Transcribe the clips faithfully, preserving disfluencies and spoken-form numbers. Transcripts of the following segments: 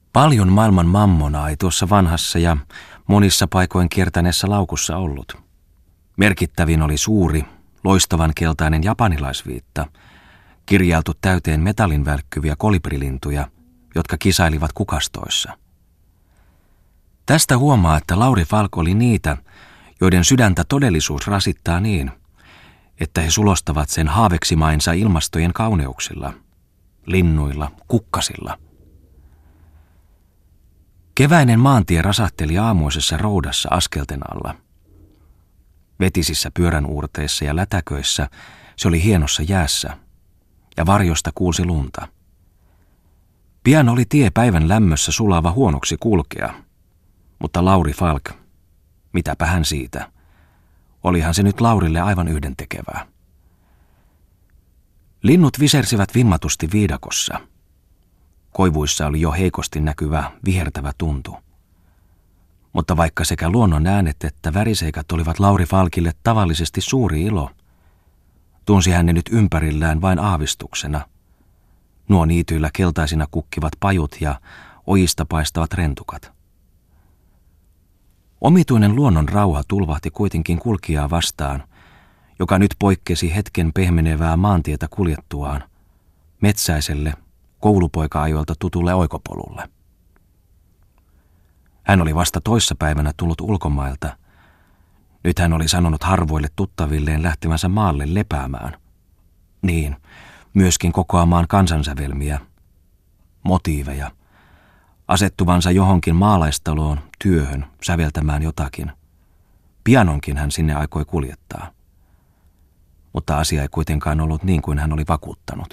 Paljon maailman mammonaa ei tuossa vanhassa ja monissa paikoin kiertäneessä laukussa ollut. Merkittävin oli suuri, loistavan keltainen japanilaisviitta, kirjailtu täyteen metallin välkkyviä kolibrilintuja, jotka kisailivat kukastoissa. Tästä huomaa, että Lauri Falk oli niitä, joiden sydäntä todellisuus rasittaa niin, että he sulostavat sen haaveksimainsa ilmastojen kauneuksilla, linnuilla, kukkasilla. Keväinen maantie rasahteli aamuisessa roudassa askelten alla. Vetisissä pyörän-uurteissa ja lätäköissä se oli hienossa jäässä, ja varjosta kuulsi lunta. Pian oli tie päivän lämmössä sulava huonoksi kulkea, mutta Lauri Falk, mitäpä hän siitä, olihan se nyt Laurille aivan yhdentekevää. Linnut visersivät vimmatusti viidakossa. Koivuissa oli jo heikosti näkyvä vihertävä tuntu. Mutta vaikka sekä luonnon äänet että väriseikat olivat Lauri Falkille tavallisesti suuri ilo, tunsi hän ne nyt ympärillään vain aavistuksena. Nuo niityillä keltaisina kukkivat pajut ja ojista paistavat rentukat. Omituinen luonnon rauha tulvahti kuitenkin kulkijaa vastaan, joka nyt poikkesi hetken pehmenevää maantietä kuljettuaan metsäiselle, koulupoika-ajoilta tutulle oikopolulle. Hän oli vasta toissapäivänä tullut ulkomailta. Nyt hän oli sanonut harvoille tuttavilleen lähtevänsä maalle lepäämään. Niin, myöskin kokoamaan kansansävelmiä, motiiveja, asettuvansa johonkin maalaistaloon, työhön, säveltämään jotakin. Pianonkin hän sinne aikoi kuljettaa. Mutta asia ei kuitenkaan ollut niin kuin hän oli vakuuttanut.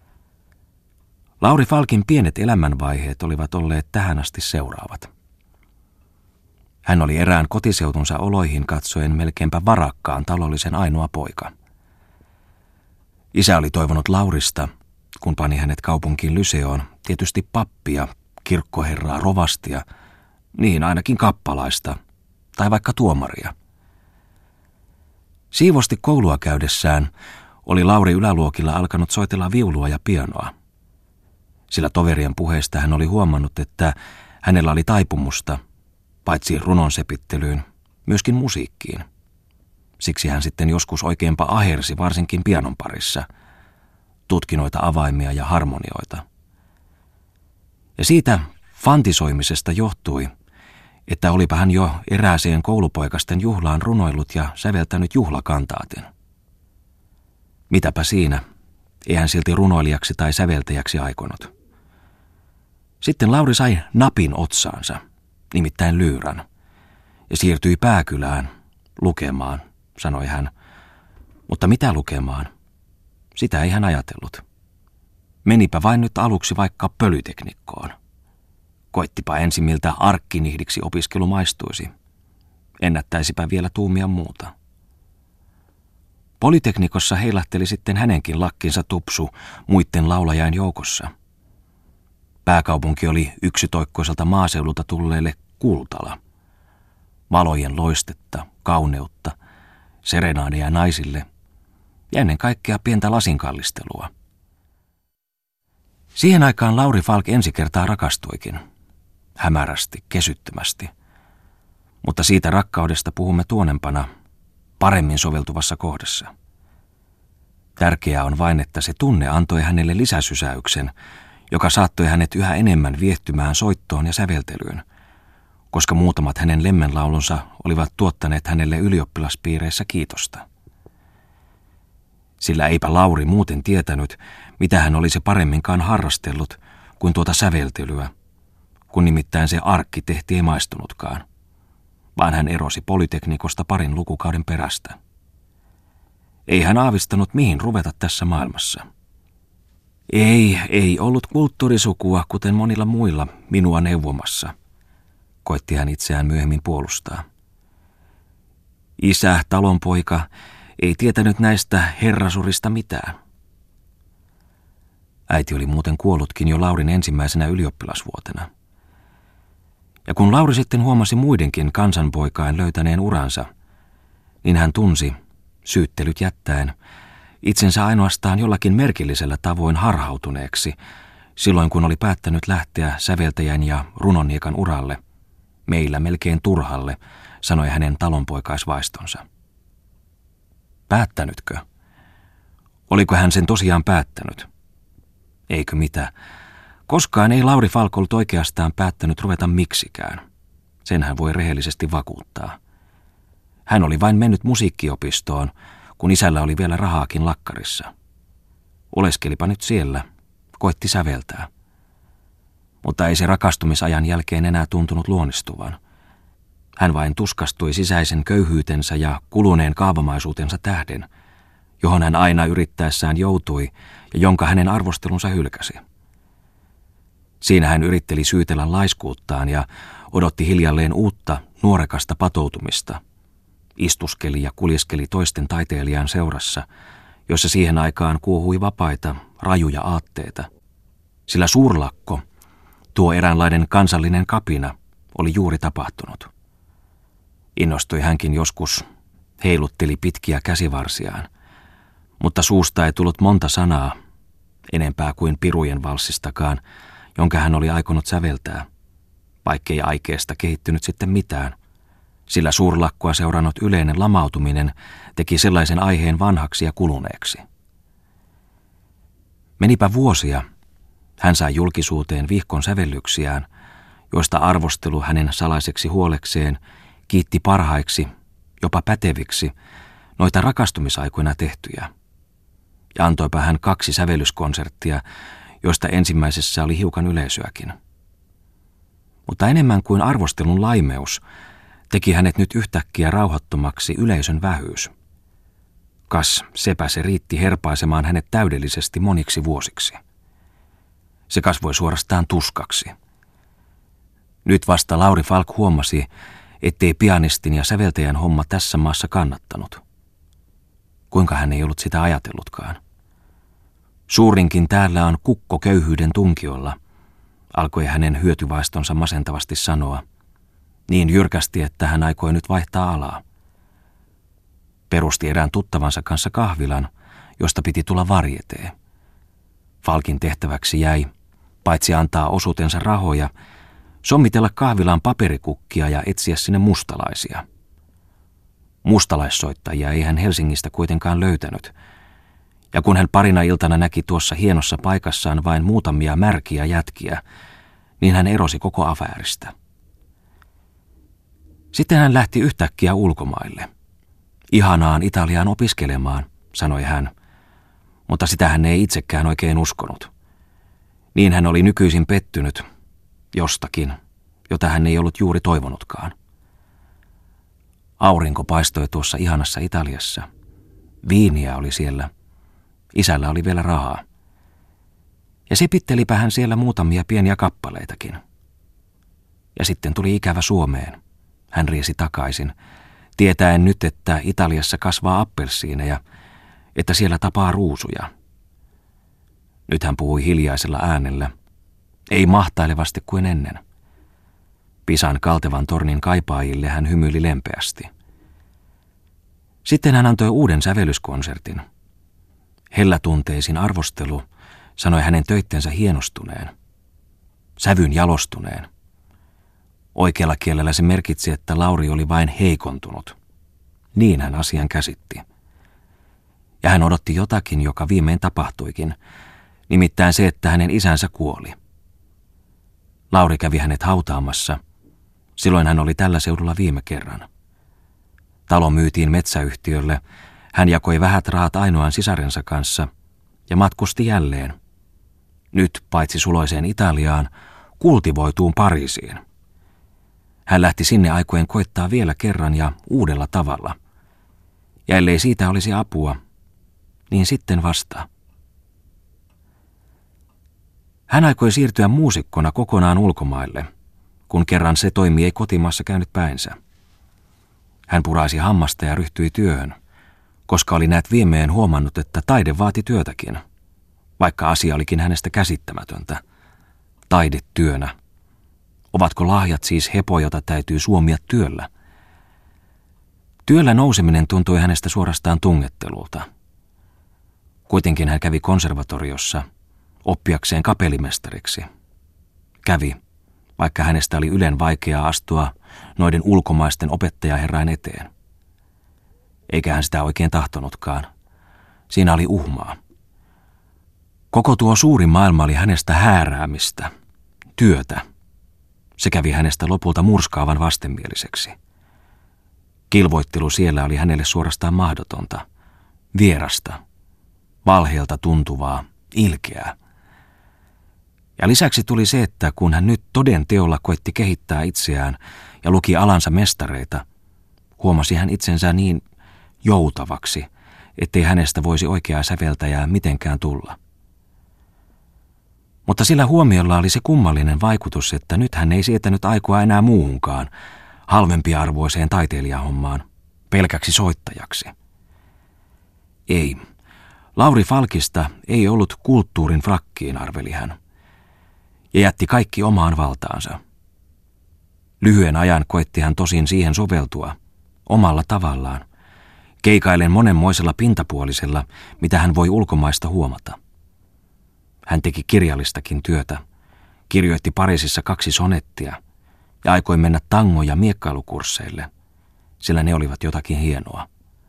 Lauri Falkin pienet elämänvaiheet olivat olleet tähän asti seuraavat. Hän oli erään kotiseutunsa oloihin katsoen melkeinpä varakkaan talollisen ainoa poika. Isä oli toivonut Laurista, kun pani hänet kaupunkiin Lyseoon, tietysti pappia, kirkkoherraa, rovastia, niin ainakin kappalaista, tai vaikka tuomaria. Siivosti koulua käydessään oli Lauri yläluokilla alkanut soitella viulua ja pianoa. Sillä toverien puheesta hän oli huomannut, että hänellä oli taipumusta, paitsi runon sepittelyyn, myöskin musiikkiin. Siksi hän sitten joskus oikeinpa ahersi varsinkin pianon parissa, tutki noita avaimia ja harmonioita. Ja siitä fantisoimisesta johtui, että olipa hän jo erääseen koulupoikasten juhlaan runoillut ja säveltänyt juhlakantaatin. Mitäpä siinä, ei hän silti runoilijaksi tai säveltäjäksi aikonut. Sitten Lauri sai napin otsaansa, nimittäin lyyrän, ja siirtyi Pääkylään lukemaan, sanoi hän. Mutta mitä lukemaan? Sitä ei hän ajatellut. Menipä vain nyt aluksi vaikka pölyteknikkoon. Koittipa ensin miltä arkkinihdiksi opiskelu maistuisi. Ennättäisipä vielä tuumia muuta. Polyteknikossa heilahteli sitten hänenkin lakkinsa tupsu muitten laulajain joukossa. Pääkaupunki oli yksitoikkoiselta maaseudulta tulleelle Kultala. Valojen loistetta, kauneutta, serenaadeja naisille ja ennen kaikkea pientä lasinkallistelua. Siihen aikaan Lauri Falk ensi kertaa rakastuikin. Hämärästi, kesyttömästi. Mutta siitä rakkaudesta puhumme tuonempana, paremmin soveltuvassa kohdassa. Tärkeää on vain, että se tunne antoi hänelle lisäsysäyksen, joka saattoi hänet yhä enemmän viehtymään soittoon ja säveltelyyn, koska muutamat hänen lemmenlaulunsa olivat tuottaneet hänelle ylioppilaspiireissä kiitosta. Sillä eipä Lauri muuten tietänyt, mitä hän olisi paremminkaan harrastellut kuin tuota säveltelyä, kun nimittäin se arkkitehti ei maistunutkaan, vaan hän erosi polyteknikosta parin lukukauden perästä. Ei hän aavistanut, mihin ruveta tässä maailmassa. Ei, ei ollut kulttuurisukua, kuten monilla muilla, minua neuvomassa, koitti hän itseään myöhemmin puolustaa. Isä, talonpoika, ei tietänyt näistä herrasurista mitään. Äiti oli muuten kuollutkin jo Laurin ensimmäisenä ylioppilasvuotena. Ja kun Lauri sitten huomasi muidenkin kansanpoikain löytäneen uransa, niin hän tunsi, syyttelyt jättäen, itsensä ainoastaan jollakin merkillisellä tavoin harhautuneeksi Silloin kun oli päättänyt lähteä säveltäjän ja runonniekan uralle, meillä melkein turhalle, sanoi hänen talonpoikaisvaistonsa. Päättänytkö? Oliko hän sen tosiaan päättänyt? Eikö mitä? Koskaan ei Lauri Falk ollut oikeastaan päättänyt ruveta miksikään. Sen hän voi rehellisesti vakuuttaa. Hän oli vain mennyt musiikkiopistoon, kun isällä oli vielä rahaakin lakkarissa. Oleskelipa nyt siellä, koitti säveltää. Mutta ei se rakastumisajan jälkeen enää tuntunut luonnistuvan. Hän vain tuskastui sisäisen köyhyytensä ja kuluneen kaavamaisuutensa tähden, johon hän aina yrittäessään joutui ja jonka hänen arvostelunsa hylkäsi. Siinä hän yritteli syytellä laiskuuttaan ja odotti hiljalleen uutta, nuorekasta patoutumista. Istuskeli ja kuljeskeli toisten taiteilijan seurassa, jossa siihen aikaan kuohui vapaita, rajuja aatteita. Sillä suurlakko, tuo eräänlainen kansallinen kapina, oli juuri tapahtunut. Innostui hänkin joskus, heilutteli pitkiä käsivarsiaan, mutta suusta ei tullut monta sanaa, enempää kuin pirujen valssistakaan, jonka hän oli aikonut säveltää, vaikkei aikeesta kehittynyt sitten mitään, sillä suurlakkoa seurannut yleinen lamautuminen teki sellaisen aiheen vanhaksi ja kuluneeksi. Menipä vuosia, hän sai julkisuuteen vihkon sävellyksiään, joista arvostelu hänen salaiseksi huolekseen kiitti parhaiksi, jopa päteviksi, noita rakastumisaikoina tehtyjä. Ja antoipa hän kaksi sävellyskonserttia, joista ensimmäisessä oli hiukan yleisöäkin. Mutta enemmän kuin arvostelun laimeus teki hänet nyt yhtäkkiä rauhattomaksi yleisön vähyys. Kas, sepä se riitti herpaisemaan hänet täydellisesti moniksi vuosiksi. Se kasvoi suorastaan tuskaksi. Nyt vasta Lauri Falk huomasi, ettei pianistin ja säveltäjän homma tässä maassa kannattanut. Kuinka hän ei ollut sitä ajatellutkaan. Suurinkin täällä on kukko köyhyyden tunkiolla, alkoi hänen hyötyvaistonsa masentavasti sanoa, niin jyrkästi, että hän aikoi nyt vaihtaa alaa. Perusti erään tuttavansa kanssa kahvilan, josta piti tulla varjetee. Falkin tehtäväksi jäi, paitsi antaa osuutensa rahoja, sommitella kahvilaan paperikukkia ja etsiä sinne mustalaisia. Mustalaissoittajia ei hän Helsingistä kuitenkaan löytänyt, ja kun hän parina iltana näki tuossa hienossa paikassaan vain muutamia märkiä jätkiä, niin hän erosi koko afääristä. Sitten hän lähti yhtäkkiä ulkomaille. Ihanaan Italiaan opiskelemaan, sanoi hän, mutta sitä hän ei itsekään oikein uskonut. Niin hän oli nykyisin pettynyt jostakin, jota hän ei ollut juuri toivonutkaan. Aurinko paistoi tuossa ihanassa Italiassa. Viiniä oli siellä. Isällä oli vielä rahaa. Ja sipittelipä hän siellä muutamia pieniä kappaleitakin. Ja sitten tuli ikävä Suomeen. Hän riesi takaisin, tietäen nyt, että Italiassa kasvaa appelsiineja, että siellä tapaa ruusuja. Nyt hän puhui hiljaisella äänellä, ei mahtailevasti kuin ennen. Pisan kaltevan tornin kaipaajille hän hymyili lempeästi. Sitten hän antoi uuden sävellyskonsertin. Hellätunteisin arvostelu sanoi hänen töittensä hienostuneen, sävyn jalostuneen. Oikealla kielellä se merkitsi, että Lauri oli vain heikontunut. Niin hän asian käsitti. Ja hän odotti jotakin, joka viimein tapahtuikin, nimittäin se, että hänen isänsä kuoli. Lauri kävi hänet hautaamassa. Silloin hän oli tällä seudulla viime kerran. Talo myytiin metsäyhtiölle, hän jakoi vähät rahat ainoan sisarensa kanssa ja matkusti jälleen. Nyt paitsi suloiseen Italiaan, kultivoituun Pariisiin. Hän lähti sinne aikojen koittaa vielä kerran ja uudella tavalla. Ja ellei siitä olisi apua, niin sitten vasta. Hän aikoi siirtyä muusikkona kokonaan ulkomaille, kun kerran se toimi ei kotimaassa käynyt päinsä. Hän puraisi hammasta ja ryhtyi työhön, koska oli näet viimein huomannut, että taide vaati työtäkin, vaikka asia olikin hänestä käsittämätöntä. Taidetyönä. Ovatko lahjat siis hepo, jota täytyy suomia työllä? Työllä nouseminen tuntui hänestä suorastaan tungettelulta. Kuitenkin hän kävi konservatoriossa, oppiakseen kapellimestariksi. Kävi, vaikka hänestä oli ylen vaikeaa astua noiden ulkomaisten opettajaherrain eteen. Eikä hän sitä oikein tahtonutkaan. Siinä oli uhmaa. Koko tuo suuri maailma oli hänestä hääräämistä, työtä. Se kävi hänestä lopulta murskaavan vastenmieliseksi. Kilvoittelu siellä oli hänelle suorastaan mahdotonta, vierasta, valheelta tuntuvaa, ilkeää. Ja lisäksi tuli se, että kun hän nyt toden teolla koitti kehittää itseään ja luki alansa mestareita, huomasi hän itsensä niin joutavaksi, ettei hänestä voisi oikeaa säveltäjää mitenkään tulla. Mutta sillä huomiolla oli se kummallinen vaikutus, että nyt hän ei sietänyt aikoa enää muuhunkaan, halvempiarvoiseen taiteilijahommaan, pelkäksi soittajaksi. Ei, Lauri Falkista ei ollut kulttuurin frakkiin, arveli hän, ja jätti kaikki omaan valtaansa. Lyhyen ajan koetti hän tosin siihen soveltua, omalla tavallaan, keikailen monenmoisella pintapuolisella, mitä hän voi ulkomaista huomata. Hän teki kirjallistakin työtä, kirjoitti Pariisissa kaksi sonettia ja aikoi mennä tango- ja miekkailukursseille, sillä ne olivat jotakin hienoa.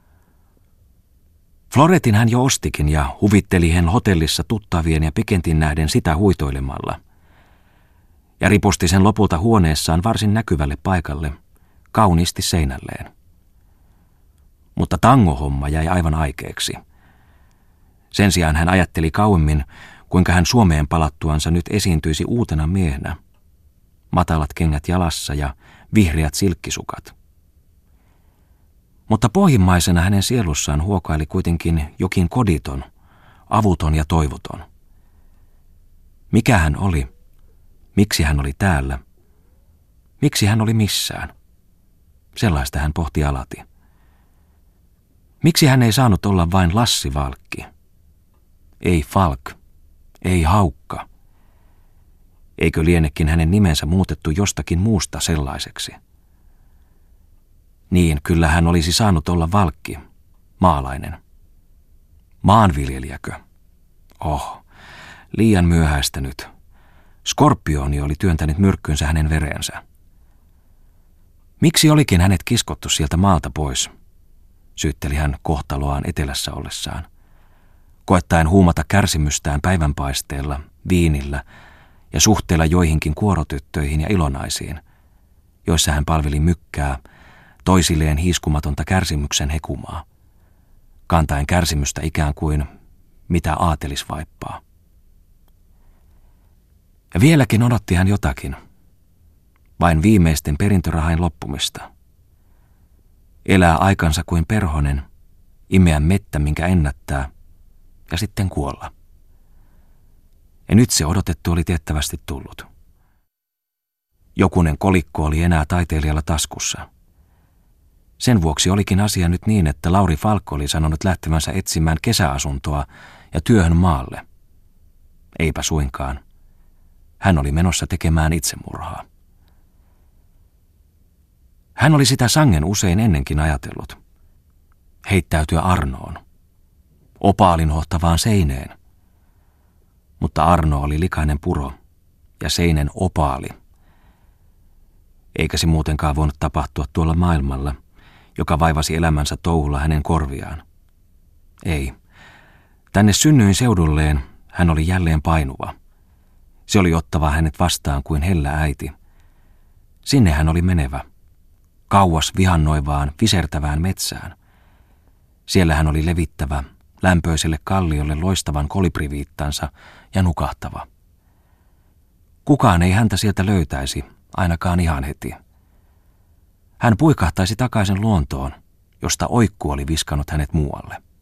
Floretin hän jo ostikin ja huvitteli hän hotellissa tuttavien ja Pikentin nähden sitä huitoilemalla. Ja riposti sen lopulta huoneessaan varsin näkyvälle paikalle, kauniisti seinälleen. Mutta tangohomma jäi aivan aikeeksi. Sen sijaan hän ajatteli kauemmin, kuinka hän Suomeen palattuansa nyt esiintyisi uutena miehenä. Matalat kengät jalassa ja vihreät silkkisukat. Mutta pohjimmaisena hänen sielussaan huokaili kuitenkin jokin koditon, avuton ja toivoton. Mikä hän oli? Miksi hän oli täällä? Miksi hän oli missään? Sellaista hän pohti alati. Miksi hän ei saanut olla vain Lassi Falkki? Ei Falk, ei Haukka. Eikö lienekin hänen nimensä muutettu jostakin muusta sellaiseksi? Niin, kyllä hän olisi saanut olla valkki, maalainen. Maanviljelijäkö? Oh, liian myöhäistä nyt. Skorpioni oli työntänyt myrkkynsä hänen vereensä. Miksi olikin hänet kiskottu sieltä maalta pois? Syytteli hän kohtaloaan etelässä ollessaan. Koettaen huumata kärsimystään päivänpaisteella, viinillä ja suhteella joihinkin kuorotyttöihin ja ilonaisiin, joissa hän palveli mykkää, toisilleen hiiskumatonta kärsimyksen hekumaa, kantaen kärsimystä ikään kuin mitä aatelis vaippaa. Ja vieläkin odotti hän jotakin, vain viimeisten perintörahain loppumista. Elää aikansa kuin perhonen, imeä mettä, minkä ennättää, ja sitten kuolla. Ja nyt se odotettu oli tiettävästi tullut. Jokunen kolikko oli enää taiteilijalla taskussa. Sen vuoksi olikin asia nyt niin, että Lauri Falk oli sanonut lähtevänsä etsimään kesäasuntoa ja työhön maalle. Eipä suinkaan. Hän oli menossa tekemään itsemurhaa. Hän oli sitä sangen usein ennenkin ajatellut. Heittäytyä Arnoon. Opaalin hohtavaan seineen. Mutta Arno oli likainen puro ja seinen opaali. Eikä se muutenkaan voinut tapahtua tuolla maailmalla, joka vaivasi elämänsä touhulla hänen korviaan. Ei. Tänne synnyin seudulleen hän oli jälleen painuva. Se oli ottava hänet vastaan kuin hellä äiti. Sinne hän oli menevä. Kauas vihannoivaan, visertävään metsään. Siellä hän oli levittävä, lämpöiselle kalliolle loistavan kolibriviittansa ja nukahtava. Kukaan ei häntä sieltä löytäisi, ainakaan ihan heti. Hän puikahtaisi takaisin luontoon, josta oikku oli viskannut hänet muualle.